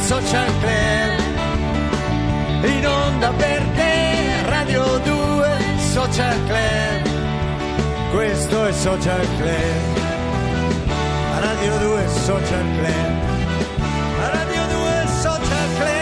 Social Club, in onda per te, Radio 2 Social Club, questo è Social Club, Radio 2 Social Club, Radio 2 Social Club.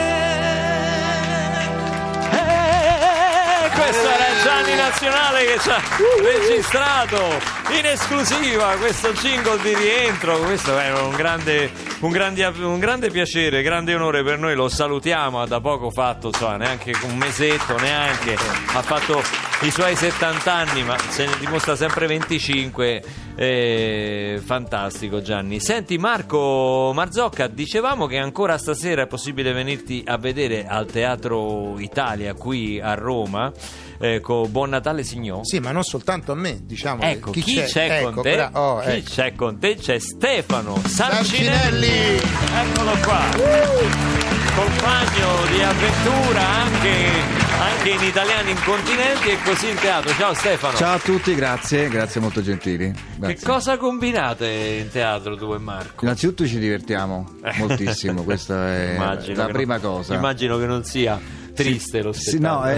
Questo era Gianni Nazionale che ci ha registrato in esclusiva questo jingle di rientro. Questo è un grande piacere, grande onore per noi. Lo salutiamo, ha da poco fatto, insomma, neanche un mesetto, neanche ha fatto i suoi 70 anni, ma se ne dimostra sempre 25. Fantastico, Gianni. Senti, Marco Marzocca, dicevamo che ancora stasera è possibile venirti a vedere al Teatro Italia qui a Roma, con Buon Natale Signor. Sì, ma non soltanto a me, diciamo. Ecco, chi c'è con te? Chi c'è con te? C'è Stefano Sarcinelli. Eccolo qua. Compagno di avventura anche in Italiani Incontinenti e così in teatro. Ciao Stefano. Ciao a tutti, grazie molto gentili. Grazie. Che cosa combinate in teatro tu e Marco? Innanzitutto ci divertiamo moltissimo, questa è la prima cosa. Immagino che non sia triste lo spettacolo.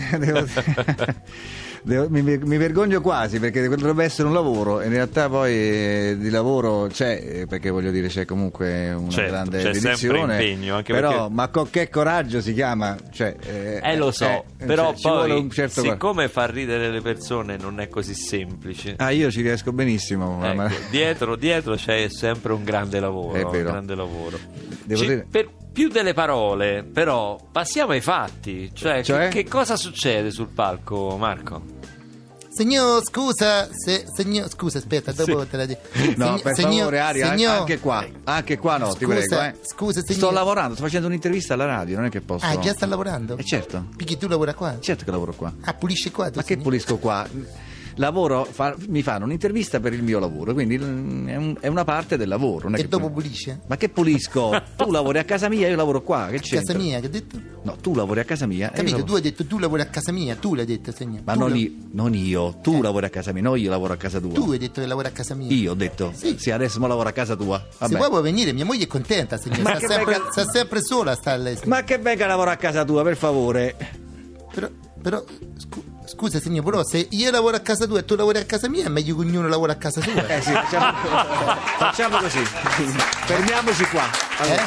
Mi vergogno quasi, perché dovrebbe essere un lavoro, in realtà poi di lavoro c'è, perché voglio dire c'è comunque una grande dedizione, impegno, anche però perché... ma con che coraggio si chiama, lo so, però poi siccome far ridere le persone non è così semplice. Io ci riesco benissimo, ecco, ma... dietro c'è sempre un grande lavoro, è vero. Un grande lavoro. Devo dire... Per più delle parole, però passiamo ai fatti, cioè? Che cosa succede sul palco, Marco? Signor, scusa, scusa, aspetta, dopo te la dico. No, per favore, Aria, anche qua no, scusa, ti prego. Scusa, signor. Sto lavorando, sto facendo un'intervista alla radio, non è che posso. Già sta lavorando? Certo. Perché tu lavora qua? Certo che lavoro qua. Pulisci qua tu? Ma che pulisco qua? Mi fanno un'intervista per il mio lavoro, quindi è una parte del lavoro. Non è e che dopo pulisce? Ma che pulisco? Tu lavori a casa mia, io lavoro qua. Che c'entra? Casa mia, che hai detto? No, tu lavori a casa mia. Capito, tu hai detto tu lavori a casa mia, tu l'hai detto, signor. Ma non io, tu lavori a casa mia, non io lavoro a casa tua. Tu hai detto che lavori a casa mia. Io ho detto? Sì, adesso mo lavoro a casa tua. Vabbè. Se vuoi puoi venire, mia moglie è contenta, signor. Sta sempre sola, sta lei. Signor. Ma che venga a lavorare a casa tua, per favore. Però scusa signor, però se io lavoro a casa tua e tu lavori a casa mia è meglio che ognuno lavora a casa tua. Sì, facciamo così. Fermiamoci qua. Allora.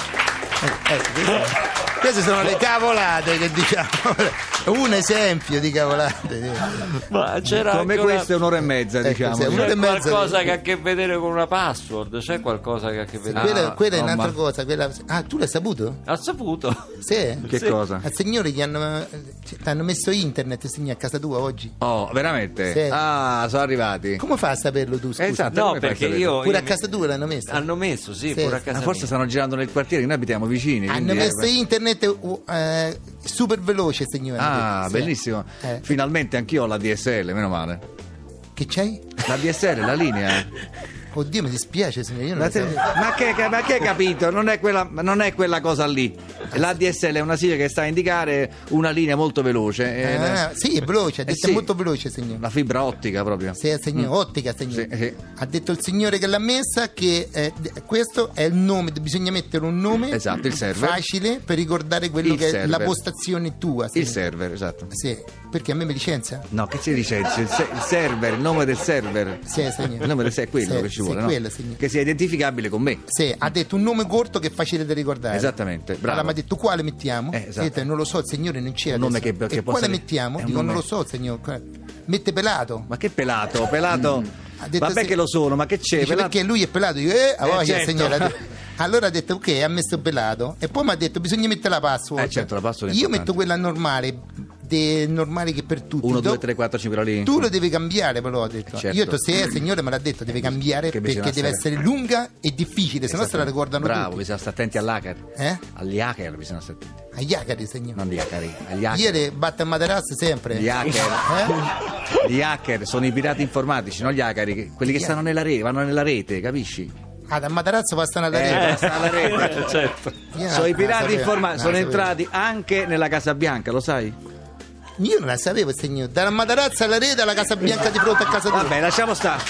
Queste sono le cavolate che diciamo. Un esempio di cavolate. Ma c'era come questo è un'ora e mezza, diciamo. C'è qualcosa che ha a che vedere con una password? C'è qualcosa che ha a che vedere? Quella è un'altra cosa. Tu l'hai saputo? Ha saputo? Sì. Che cosa? Al signore ti hanno messo internet, signore, a casa tua oggi. Oh, veramente? Sì. Sono arrivati. Come fai a saperlo tu? Scusa? Esatto, no, perché pure a casa tua l'hanno messo? Hanno messo, sì, pure a casa mia. Forse stanno girando nel quartiere, noi abitiamo vicini. Hanno messo internet super veloce, signore. Sì. Bellissimo. Finalmente anch'io ho la DSL, meno male. Che c'hai? La DSL, la linea. Oddio, mi dispiace, signore. Io non ma che hai capito? Non è quella cosa lì. La DSL è una sigla che sta a indicare una linea molto veloce. Sì, è veloce, ha detto è molto veloce, signore. La fibra ottica proprio. Sì, signore, ottica, signore. Sì. Ha detto il signore che l'ha messa che questo è il nome, bisogna mettere un nome. Esatto, il server. Facile per ricordare quello è la postazione tua. Signore. Il server, esatto. Sì, perché a me mi licenzia? No, che si licenzia? Il server, il nome del server. Sì, signore. Il nome del server è quello che ci vuole, no? Quello, che sia identificabile con me. Sì, ha detto un nome corto che è facile da ricordare. Esattamente, bravo. Allora mi ha detto quale mettiamo? Esatto. Detto, non lo so, il signore non c'è. Un nome che e quale mettiamo? Dico, non lo so, signore. Mette Pelato. Ma che pelato? Pelato. Vabbè che lo sono, ma che c'è? Dice, perché lui è pelato. Dico, certo. signore. Allora ha detto ok, ha messo Pelato. E poi mi ha detto bisogna mettere la password. Certo, la password è io importante. metto quella normale. Normali che per tutti 1, 2, 3, 4, 5 lì. Tu lo devi cambiare, però ho detto. Certo. Io ho detto se il signore me l'ha detto deve cambiare perché deve essere lunga e difficile, se no se la ricordano tutti. Bravo, bisogna stare attenti all'hacker. Agli hacker bisogna stare attenti. Agli hacker, signore. Non agli hacker, agli hacker. Ieri batte a Materazzi sempre. Gli hacker. Gli hacker sono i pirati informatici, non gli hacker, quelli che stanno nella rete, vanno nella rete, capisci? Da Matarazzo passano alla rete. Alla rete. Certo. Sono i pirati informatici, sono entrati anche nella Casa Bianca, lo sai? Io non la sapevo, signore. Dalla Matarazza alla rete alla Casa Bianca di fronte a casa tua. Vabbè, lasciamo stare.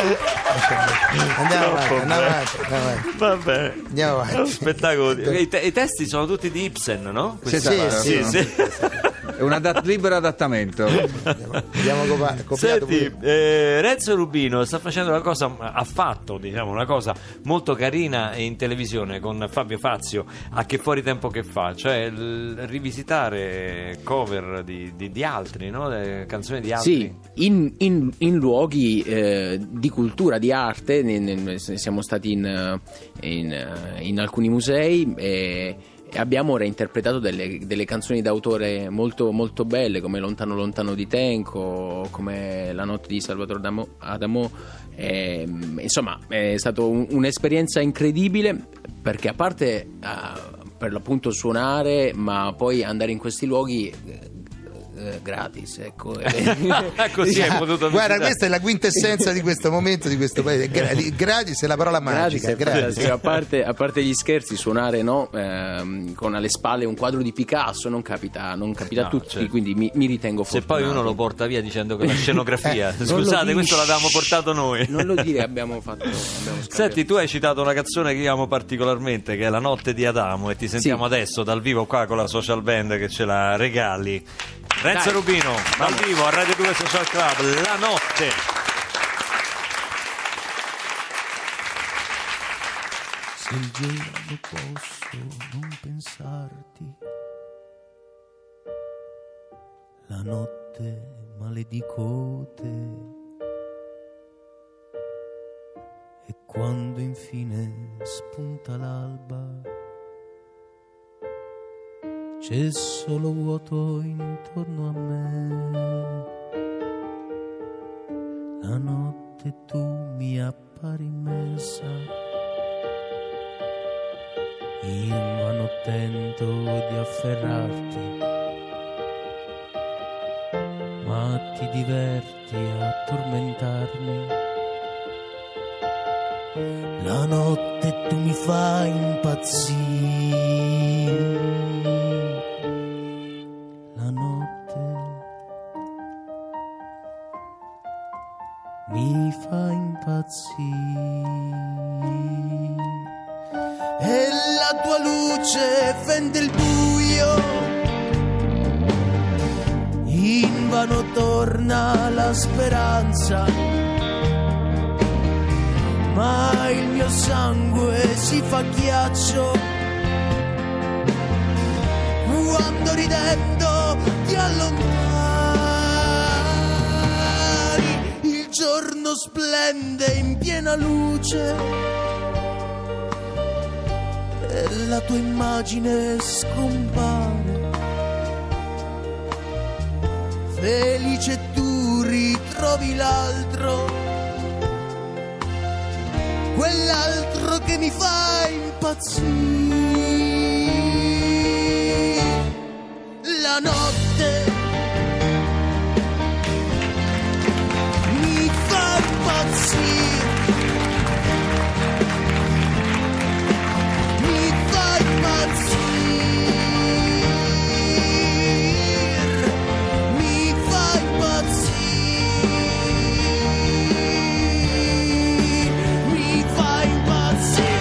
Andiamo avanti. Va bene. Andiamo avanti. È uno spettacolo. I testi sono tutti di Ibsen, no? Sì. È un libero adattamento. Abbiamo copiato. Senti, Renzo Rubino sta facendo ha fatto una cosa molto carina in televisione con Fabio Fazio a Che fuori tempo che fa, cioè rivisitare cover di altri, no? Canzoni di altri. Sì, in luoghi di cultura, di arte. Siamo stati in alcuni musei e abbiamo reinterpretato delle canzoni d'autore molto, molto belle, come Lontano lontano di Tenco, come La notte di Salvatore Adamo. Insomma, è stata un'esperienza incredibile, perché a parte per l'appunto suonare, ma poi andare in questi luoghi gratis, ecco. Così hai potuto Guarda, questa è la quintessenza di questo momento, di questo paese. Gratis è la parola magica. Gratis. A parte gli scherzi, suonare con alle spalle un quadro di Picasso non capita a tutti, certo. Quindi mi ritengo fortunato. Se poi uno lo porta via dicendo che la scenografia scusate, questo l'avevamo portato noi. Non lo dire, abbiamo Senti, tu hai citato una canzone che amo particolarmente, che è La notte di Adamo, e ti sentiamo adesso dal vivo qua con la social band che ce la regali. Renzo Rubino, dal vivo a Radio 2 Social Club, La notte. Se il giorno posso non pensarti, la notte maledico te, e quando infine spunta l'alba c'è solo vuoto intorno a me. La notte tu mi appari immensa, invano tento di afferrarti, ma ti diverti a tormentarmi. La notte tu mi fai impazzire. Mi fa impazzire, e la tua luce fende il buio, invano torna la speranza, ma il mio sangue si fa ghiaccio quando ridendo ti allontani. Il giorno splende in piena luce e la tua immagine scompare. Felice tu ritrovi l'altro, quell'altro che mi fa impazzire. La notte mi fa impazzire, mi fa impazzire, mi fa impazzire, mi fa impazzire.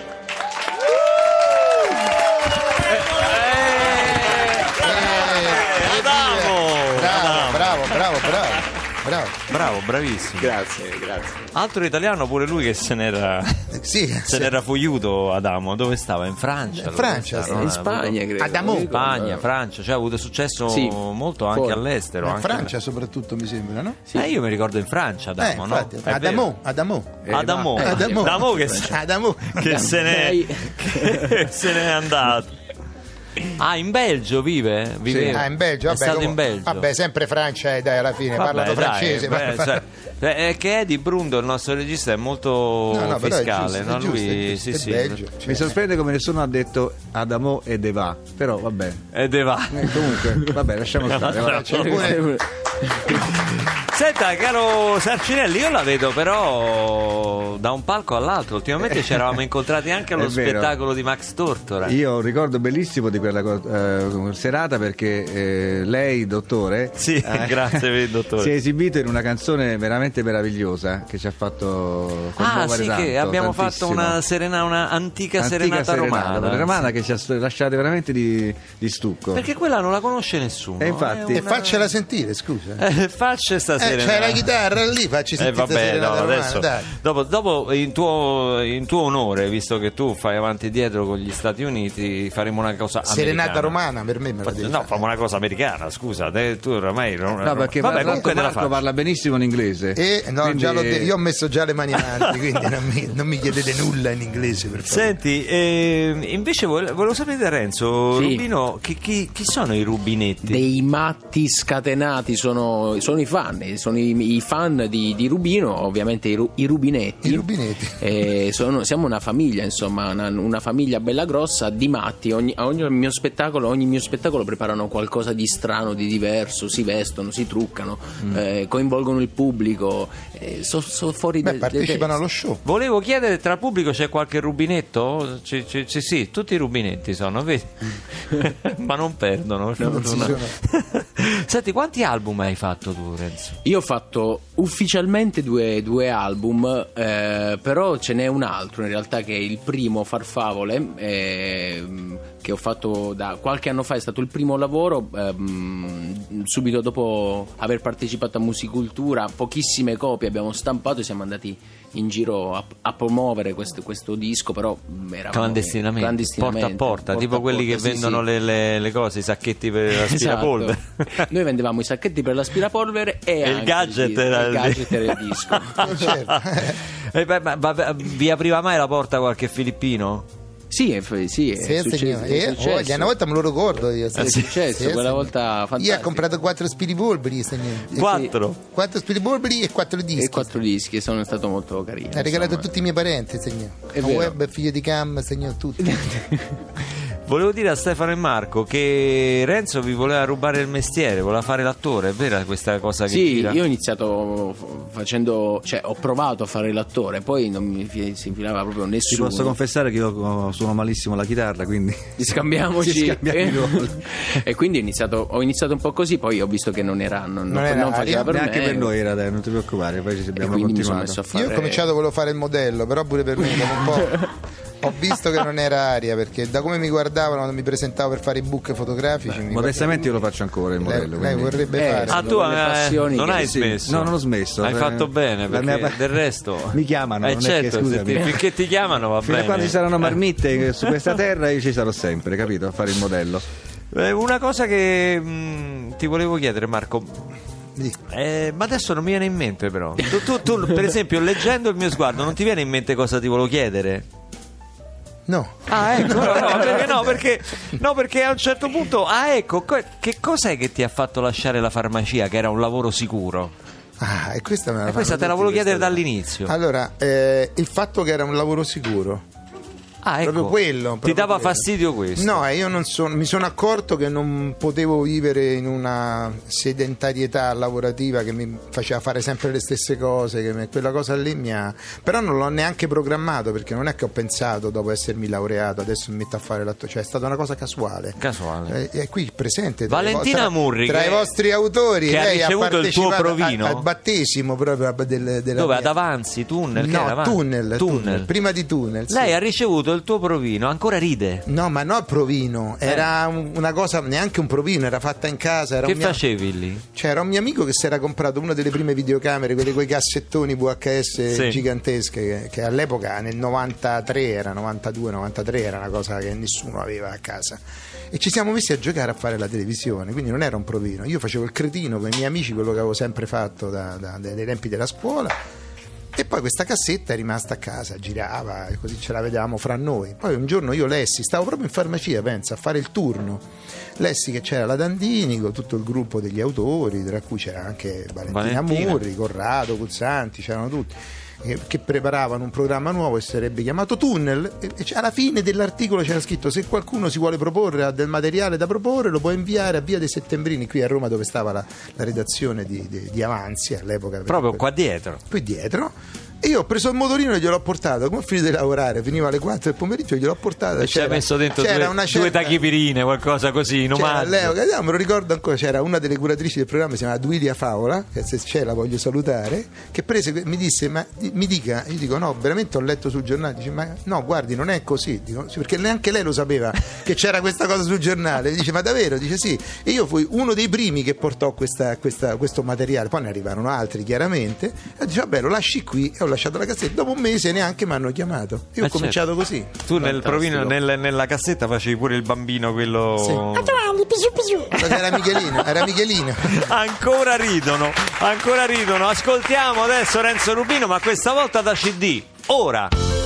Bravo, bravissimo. Grazie. Altro italiano pure lui che se n'era fugiuto. Adamo, dove stava? In Francia? In Spagna, credo. Adamo. Spagna, Francia, cioè ha avuto successo molto anche Fuori. all'estero. In anche Francia soprattutto, mi sembra, no? io mi ricordo in Francia Adamo, infatti, no? È vero. Adamo. Adamo che se n'è andato. In Belgio vive? In Belgio, è stato in Belgio. Vabbè, sempre Francia, dai, alla fine parlano francese. Che Eddie Brundo, il nostro regista, è molto fiscale, no? Lui è Belgio. Mi sorprende come nessuno ha detto Adamo e Deva, però vabbè. E Deva. Comunque, vabbè, lasciamo stare. Senta, caro Sarcinelli, io la vedo però da un palco all'altro. Ultimamente ci eravamo incontrati anche allo spettacolo di Max Tortora. Io ho un ricordo bellissimo di quella serata, perché lei, dottore, grazie dottore, si è esibito in una canzone veramente veramente meravigliosa che ci ha fatto commuovere tanto, che abbiamo tantissimo. fatto una antica serenata romana che ci ha lasciate veramente di stucco. perché quella non la conosce nessuno. E infatti- E faccela sentire, scusa. Faccia stasera. C'è la chitarra lì, facci sentire vabbè, serenata no, romana, adesso, dai. dopo in tuo onore, visto che tu fai avanti e dietro con gli Stati Uniti, faremo una cosa Serenata americana. romana per me la devi No, fare. facciamo una cosa americana, scusa, tu oramai No, perché vabbè, comunque te la Marco faccio. parla benissimo in inglese. No, Quindi- già l'ho detto, io ho messo già le mani avanti, quindi non mi chiedete nulla in inglese, per favore. Senti, invece volevo sapere da Renzo, Sì. Rubino, chi sono i rubinetti? Dei matti scatenati sono i fan, sono i fan di Rubino, ovviamente i rubinetti. I rubinetti. Siamo una famiglia, insomma, una famiglia bella grossa di matti. Ogni mio spettacolo preparano qualcosa di strano, di diverso, si vestono, si truccano, coinvolgono il pubblico, sono fuori Beh, partecipano allo show. Volevo chiedere, tra il pubblico c'è qualche rubinetto? Sì, tutti i rubinetti sono, vedi? Ma non perdono. Non si sono- Senti, quanti album hai fatto tu, Renzo? Io ho fatto ufficialmente due album, però ce n'è un altro in realtà che è il primo, Farfavole, che ho fatto da qualche anno fa, è stato il primo lavoro, subito dopo aver partecipato a Musicultura, pochissime copie abbiamo stampato e siamo andati in giro a promuovere questo disco, però eravamo Clandestinamente, porta a porta, tipo quelli che sì, vendono sì. le cose, i sacchetti per l'aspirapolvere. Esatto. Noi vendevamo i sacchetti per l'aspirapolvere e il anche gadget era il gadget era il disco. Certo. Vi apriva mai la porta qualche filippino? Sì, è Sì, successo. signore. È successo. Una volta me lo ricordo io. È successo, quella signore. volta Io ho fantastico. comprato 4 spiripolveri, signore. 4. 4 spiripolveri e 4 dischi. E 4 dischi, sono stato molto carino. Ha regalato a insomma. tutti i miei parenti, signore. È A vero. Web, figlio di Cam, signore, tutti. Volevo dire a Stefano e Marco che Renzo vi voleva rubare il mestiere, voleva fare l'attore, è vera questa cosa che Sì, gira? io ho iniziato facendo, cioè ho provato a fare l'attore, poi non mi si infilava proprio Ti nessuno. posso confessare che io suono malissimo la chitarra, quindi Scambiamoci. Ci scambiamo i ruoli. E quindi ho iniziato un po' così, poi ho visto che non era faceva per neanche me. per noi era, dai, non ti preoccupare, poi ci E abbiamo quindi mi sono continuato. messo a fare. Io ho cominciato, volevo fare il modello, però pure per me dopo un po' ho visto che non era aria, perché da come mi guardavano quando mi presentavo per fare i book fotografici Modestamente io lo faccio ancora il modello. lei quindi- vorrebbe Eh, fare. Ah, tu Sono quelle passioni non che- hai Sì, smesso? no, non ho smesso. Hai fatto bene, La perché mia- del resto mi chiamano, non è che, certo, scusami. finché ti chiamano va Fino bene. a quando ci saranno marmitte su questa terra io ci sarò sempre, capito? A fare il modello. Una cosa che ti volevo chiedere, Marco. Sì. Ma adesso non mi viene in mente, però. Tu, per esempio, leggendo Il mio sguardo, non ti viene in mente cosa ti volevo chiedere? No, Ah, ecco, perché a un certo punto, che cos'è che ti ha fatto lasciare la farmacia, che era un lavoro sicuro? e questa me la E questa fanno te la tutti volevo chiedere questa- dall'inizio. Allora, il fatto che era un lavoro sicuro. Ah, ecco. Proprio quello. Ti proprio dava quello. fastidio questo? No, io mi sono accorto che non potevo vivere in una sedentarietà lavorativa che mi faceva fare sempre le stesse cose, quella cosa lì però non l'ho neanche programmato, perché non è che ho pensato dopo essermi laureato adesso mi metto a fare l'attore, cioè è stata una cosa casuale. Casuale. È qui presente Valentina Murri, tra che- i vostri autori, che ha lei ricevuto il tuo partecipato provino? al battesimo proprio della Dove? mia- Ad Avanzi, Tunnel? Che era No, Avanzi? tunnel, prima di Tunnel, sì. Lei ha ricevuto il tuo provino, ancora ride. No, ma no provino, era una cosa, neanche un provino, era fatta in casa. Era Che un mio, facevi lì? cioè, era un mio amico che si era comprato una delle prime videocamere, quelle con i cassettoni VHS Sì. gigantesche, che all'epoca nel 93 era 92, 93 era una cosa che nessuno aveva a casa. E ci siamo messi a giocare a fare la televisione, quindi non era un provino. Io facevo il cretino con i miei amici, quello che avevo sempre fatto dai tempi della scuola. E poi questa cassetta è rimasta a casa, girava e così ce la vedevamo fra noi. Poi un giorno io lessi, stavo proprio in farmacia, pensa, a fare il turno. Lessi che c'era la Dandini con tutto il gruppo degli autori, tra cui c'era anche Valentina Murri, Corrado, Guzzanti, c'erano tutti, che preparavano un programma nuovo che sarebbe chiamato Tunnel. E alla fine dell'articolo c'era scritto: se qualcuno si vuole proporre, ha del materiale da proporre, lo può inviare a Via dei Settembrini, qui a Roma, dove stava la redazione di Avanzi all'epoca. Proprio qua dietro. Qui dietro. E io ho preso il motorino e gliel'ho portato. Come ho finito di lavorare? Finiva alle 4 del pomeriggio, gliel'ho portato. E ci hai messo dentro due tachipirine, qualcosa così, in omaggio. Leo, me lo ricordo ancora, c'era una delle curatrici del programma, si chiama Duilia Favola, che se c'è la voglio salutare, che mi disse, ma mi dica, io dico no, veramente ho letto sul giornale, dice ma no, guardi, non è così, dico, sì, perché neanche lei lo sapeva che c'era questa cosa sul giornale, dice ma davvero? Dice sì, e io fui uno dei primi che portò questo materiale, poi ne arrivarono altri chiaramente, e dice vabbè, lo lasci qui, e ho lasciato la cassetta, dopo un mese neanche mi hanno chiamato, io ho cominciato così. Tu nel provino, nella cassetta facevi pure il bambino, quello... Sì. Era Michelino. Ancora ridono. Ascoltiamo adesso Renzo Rubino, ma questa volta da CD. Ora.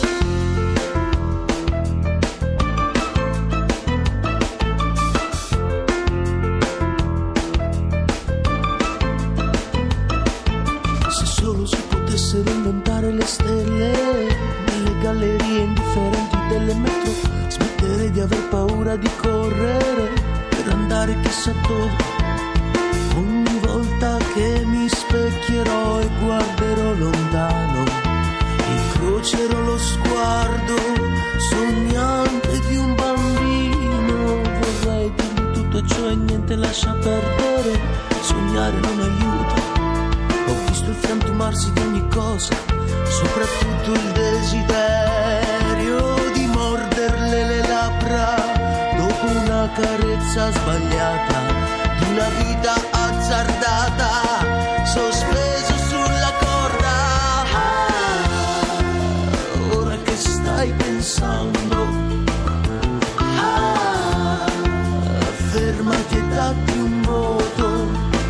Se solo si potessero inventare le stelle nelle gallerie indifferenti delle metro, smetterei di aver paura di correre per andare chissà dove. Ogni volta che mi specchierò e guarderò lontano, incrocerò lo sguardo sognante di un bambino. Vorrei dirgli tutto ciò e niente lascia perdere, sognare non aiuta. Ho visto il frantumarsi di ogni cosa, soprattutto il desiderio di morderle le labbra dopo una carezza sbagliata, di una vita azzardata, sospeso sulla corda. Ora che stai pensando, fermati e datti un voto.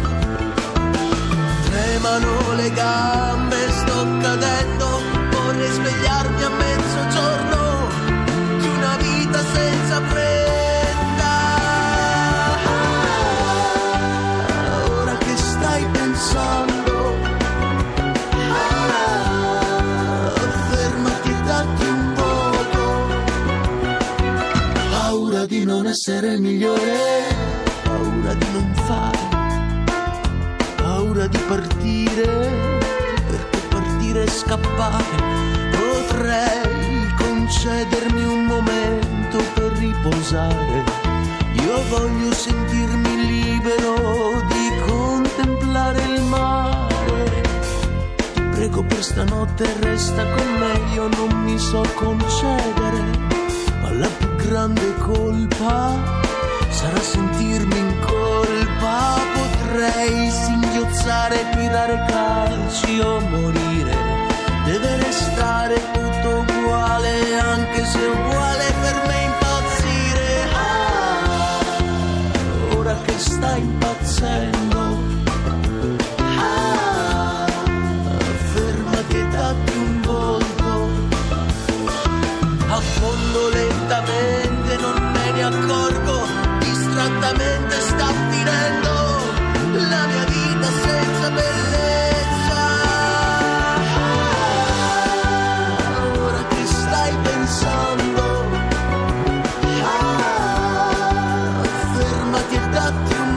Tremano le gambe, sto cadendo, vorrei svegliarmi a mezzogiorno di una vita senza fretta. Ora che stai pensando, fermati e datti un voto. Paura di non essere il migliore, paura di non fare, paura di partire, perché partire e scappare. Potrei concedermi un momento per riposare. Io voglio sentirmi libero di contemplare il mare. Ti prego per stanotte resta con me, io non mi so concedere, ma la più grande colpa sarà sentirmi in colpa. Potrei singhiozzare, tirare calci o morire. Deve restare tutto uguale, anche se uguale per me impazzire. Ora che stai impazzendo, fermati e datti un volto. Affondo lentamente, non me ne accorgo, distrattamente sta finendo la mia vita senza bellezza. Ora che stai pensando, fermati e datti un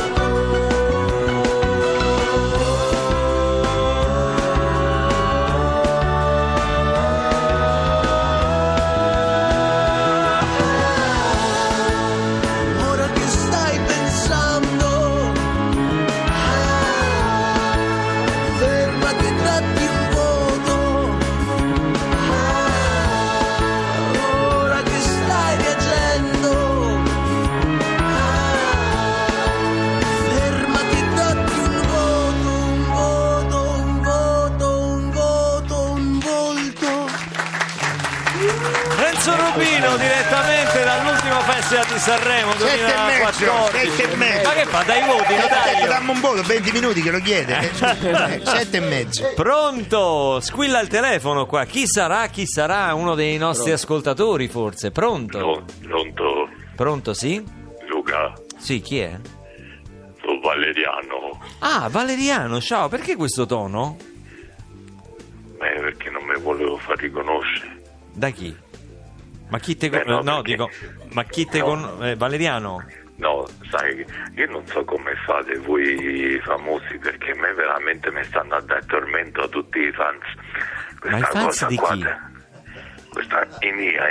direttamente dall'ultimo festival di Sanremo 2014. 7,5. Ma che fa? Dai voti, lo dai? Dammi un voto, 20 minuti che lo chiede. 7,5. Pronto? Squilla il telefono qua. Chi sarà? Uno dei nostri ascoltatori forse. Pronto? Pronto? Pronto, sì? Luca? Sì, chi è? Sono Valeriano. Ah, Valeriano, ciao. Perché questo tono? Perché non mi volevo far riconoscere. Da chi? Ma chi te no, dico, ma chi te no. Valeriano? No, sai, io non so come fate voi famosi, perché a me veramente mi stanno a dare tormento tutti i fans. Ma i fans di chi? Questa è mia.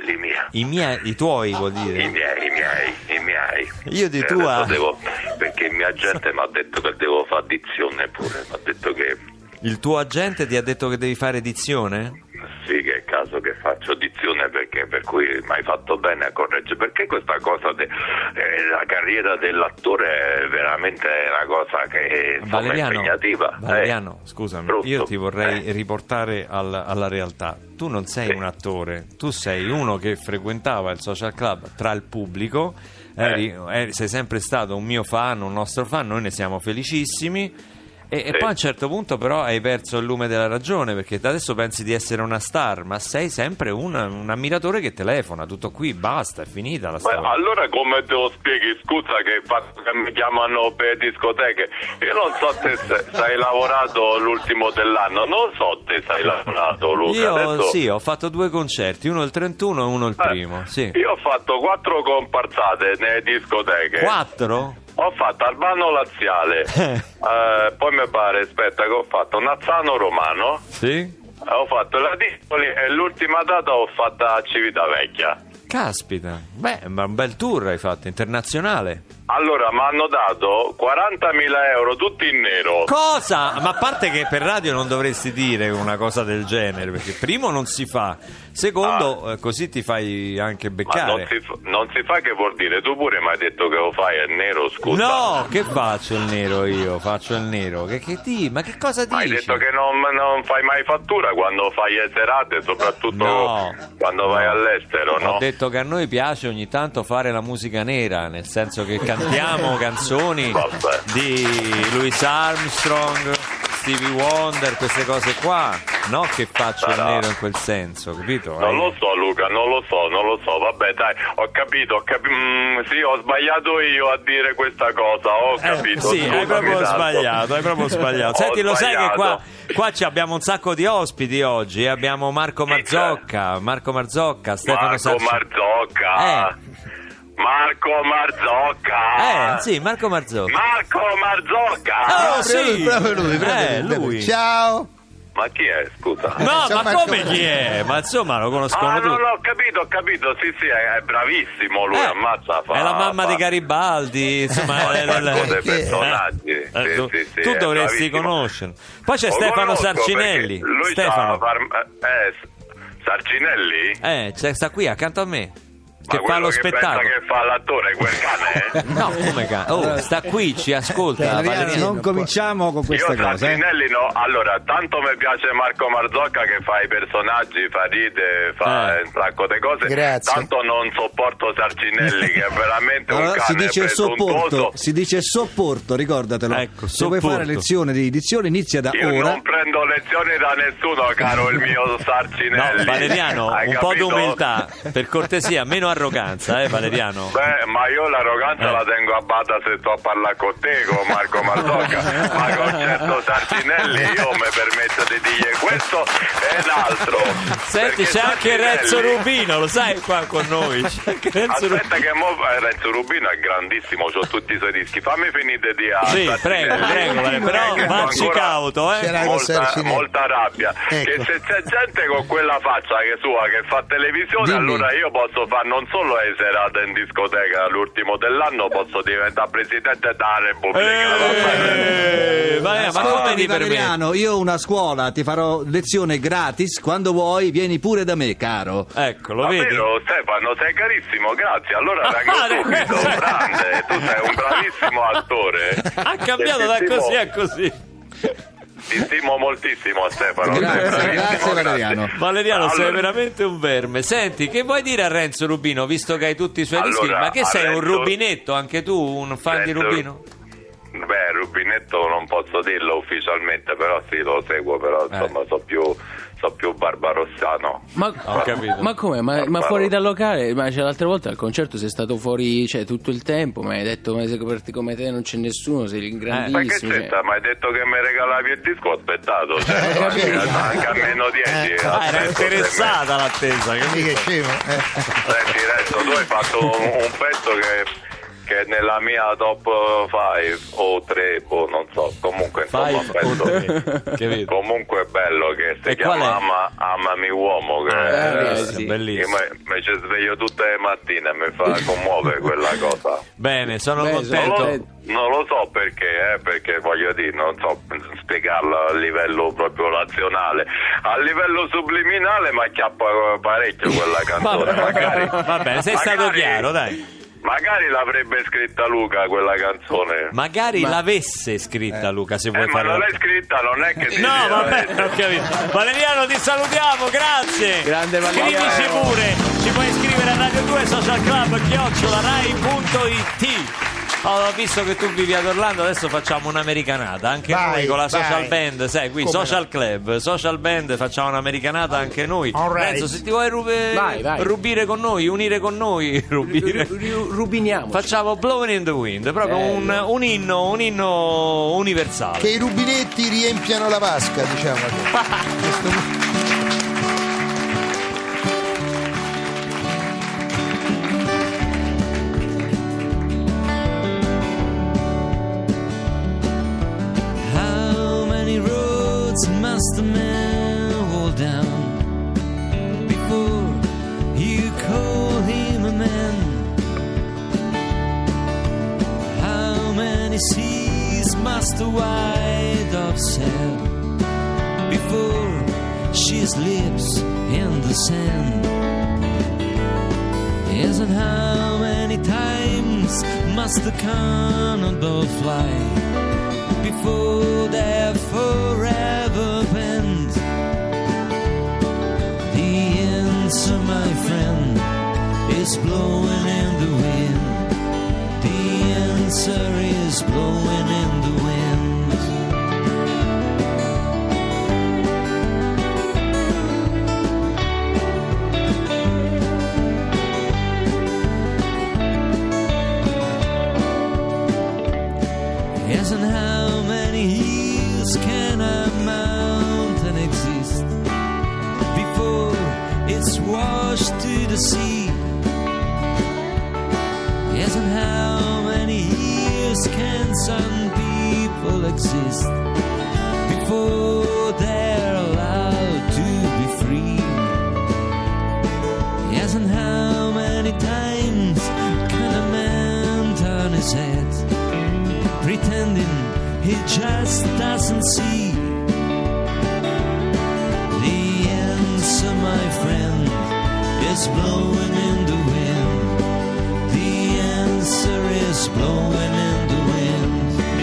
I tuoi, vuol dire? I miei. Io di tua... perché il mio agente mi ha detto che devo fare dizione pure, mi ha detto che... Il tuo agente ti ha detto che devi fare dizione? Sì, che è caso che faccio dizione, perché per cui mi hai fatto bene a correggere, perché questa cosa la carriera dell'attore è veramente una cosa che insomma, è impegnativa. Valeriano, scusami, brutto. io ti vorrei riportare alla realtà. Tu non sei un attore, tu sei uno che frequentava il social club tra il pubblico, sei sempre stato un mio fan, un nostro fan, noi ne siamo felicissimi. E poi a un certo punto però hai perso il lume della ragione, perché adesso pensi di essere una star, ma sei sempre un ammiratore che telefona, tutto qui, basta, è finita la storia. Allora come te lo spieghi? Scusa che mi chiamano per discoteche, io non so te se hai lavorato l'ultimo dell'anno, non so te se hai lavorato, Luca. Io adesso... sì, ho fatto 2 concerti, uno il 31 e uno il primo, sì. Io ho fatto 4 comparsate nelle discoteche. 4? Ho fatto Albano Laziale, poi mi pare, aspetta, che ho fatto Nazzano Romano, sì? Ho fatto la Dispoli e l'ultima data ho fatto a Civitavecchia. Caspita, ma un bel tour hai fatto, internazionale. Allora mi hanno dato 40.000 euro tutti in nero. Cosa? Ma a parte che per radio non dovresti dire una cosa del genere, perché primo non si fa, secondo così ti fai anche beccare. Ma non si fa, che vuol dire? Tu pure mi hai detto che lo fai il nero, scusa. No, che faccio il nero io? Faccio il nero. Ma che cosa dici? Hai detto che non fai mai fattura quando fai le serate, soprattutto quando vai all'estero, no? Ho detto che a noi piace ogni tanto fare la musica nera, nel senso che cantiamo canzoni di Louis Armstrong, Stevie Wonder, queste cose qua, no che faccio il nero in quel senso, capito? Non lo so Luca, non lo so, vabbè dai, ho capito, sì, ho sbagliato io a dire questa cosa, ho capito. Sì, hai proprio sbagliato. Senti, lo sai che qua abbiamo un sacco di ospiti oggi, abbiamo Marco Marzocca, Stefano Sarcini. Marco Marzocca. Sì, Marco Marzocca. Oh, sì, proprio lui. Ciao. Ma chi è, scusa? No, ma come chi è? Ma insomma lo conoscono tutti. No, ho capito, sì, è bravissimo lui, ammazza. È la mamma di Garibaldi, insomma, dei personaggi. Tu dovresti conoscerlo. Poi c'è Stefano Sarcinelli. Stefano Sarcinelli? Sta qui accanto a me. Che fa lo spettacolo, che fa l'attore, quel cane? No, come cane? Sta qui, ci ascolta. Non cominciamo con questa cosa. Sarcinelli no, allora, tanto mi piace Marco Marzocca che fa i personaggi, fa ride, fa un sacco di cose. Grazie. Tanto non sopporto Sarcinelli, che è veramente un cane presuntuoso. Si dice sopporto, ricordatelo. Ecco, se vuoi fare lezione di dizione inizia da io ora. Io non prendo lezioni da nessuno, caro il mio Sarcinelli. No, Valeriano, Hai un capito? po' di umiltà, per cortesia, meno arroganza, Valeriano. Ma io l'arroganza la tengo a bada se sto a parlare con te, con Marco Marzocca, ma con certo Sarcinelli io mi permetto di dire questo e l'altro. Senti, c'è anche Renzo Rubino, lo sai qua con noi. Aspetta che Renzo Rubino è grandissimo, c'ho tutti i suoi dischi. Fammi finire di Sì, prego, però vacci cauto, molta rabbia. Che se c'è gente con quella faccia che sua che fa televisione, allora io posso fare non solo le serate in discoteca l'ultimo dell'anno, posso diventare presidente della Repubblica. Ma come ti permetti? Io ho una scuola, ti farò lezione gratis, quando vuoi vieni pure da me, caro. Ecco, lo vedi? Vero, Stefano, sei carissimo, grazie. Allora vengo subito, grande, tu sei un bravissimo attore. Ha cambiato da così a così. Ti stimo moltissimo, Stefano. Grazie Valeriano. Valeriano, sei veramente un verme. Senti, che vuoi dire a Renzo Rubino, visto che hai tutti i suoi dischi? Ma che sei, un rubinetto anche tu, un fan di Rubino? Beh, rubinetto non posso dirlo ufficialmente, però sì, lo seguo, però insomma so più barbarossano. Ho capito. Ma come? Ma fuori dal locale? Ma l'altra volta al concerto sei stato fuori, tutto il tempo, mi hai detto ma sei coperti come te, non c'è nessuno, sei grandissimo. Ma che c'è? Mi hai detto che mi regalavi il disco, ho aspettato, anche a meno 10. Era interessata l'attesa, che scemo. Senti Renzo, tu hai fatto un pezzo che che nella mia top 5 o 3, non so, comunque insomma penso comunque è bello che si chiama Amami Uomo, che sì, bellissimo. Mi ci sveglio tutte le mattine e mi fa commuovere quella cosa. Bene, sono contento. Non lo so perché voglio dire, non so spiegarlo a livello proprio razionale, a livello subliminale mi acchiappa parecchio quella canzone. Magari, va bene, sei stato chiaro, dai. Magari l'avrebbe scritta Luca quella canzone. Magari l'avesse scritta Luca, se vuoi fare. Ma non l'hai scritta, non è che no, vabbè, ho capito. Valeriano, ti salutiamo, grazie. Grande Valeriano. Scrivici pure, ci puoi iscrivere a Radio 2 Social Club @rai.it. Ho visto che tu vivi ad Orlando, adesso facciamo un'americanata anche noi con la social band, sai, qui come social club, social band, facciamo un'americanata anche noi. Renzo, se ti vuoi rubire con noi, unire con noi, rubiniamo. Facciamo Blowing in the Wind, proprio un inno universale. Che i rubinetti riempiano la vasca, diciamo. Must the man hold down before you call him a man? How many seas must the white dove sail before she slips in the sand? Yes, and how many times must the cannonball fly before they're forever bent? The answer, my friend, is blowing in the wind. The answer is blowing in the wind. Yes, and how many hills can a mountain exist before it's washed to the sea? Yes, and how many years can some people exist before they're allowed to be free? Yes, and how many times can a man turn his head pretending he just doesn't see? The answer, my friend, is blowing in the wind. The answer is blowing in the wind.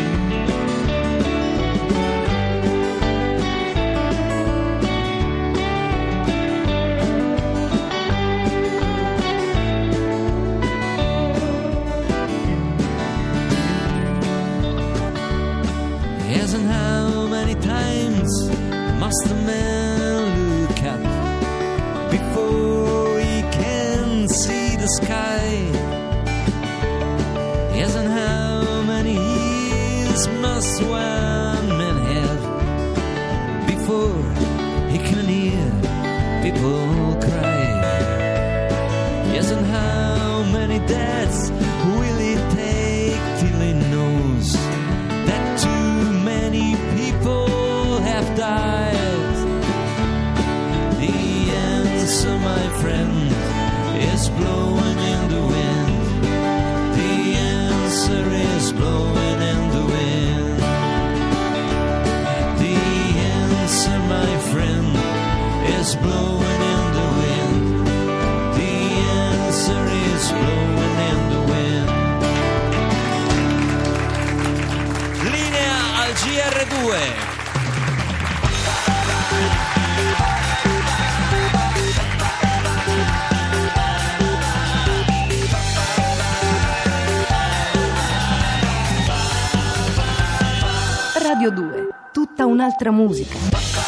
Yes, and how many times must the man look up before he can see the sky? Yes, and how many years must one man have before he can hear people cry? Yes, and how many deaths will it take till he knows that too many people have died? The answer, my friend, is blowing in the wind. The answer is blowing in the wind. The answer, my friend, is blowing in the wind. The answer is blowing in the wind. Linea al GR2. Radio 2, tutta un'altra musica.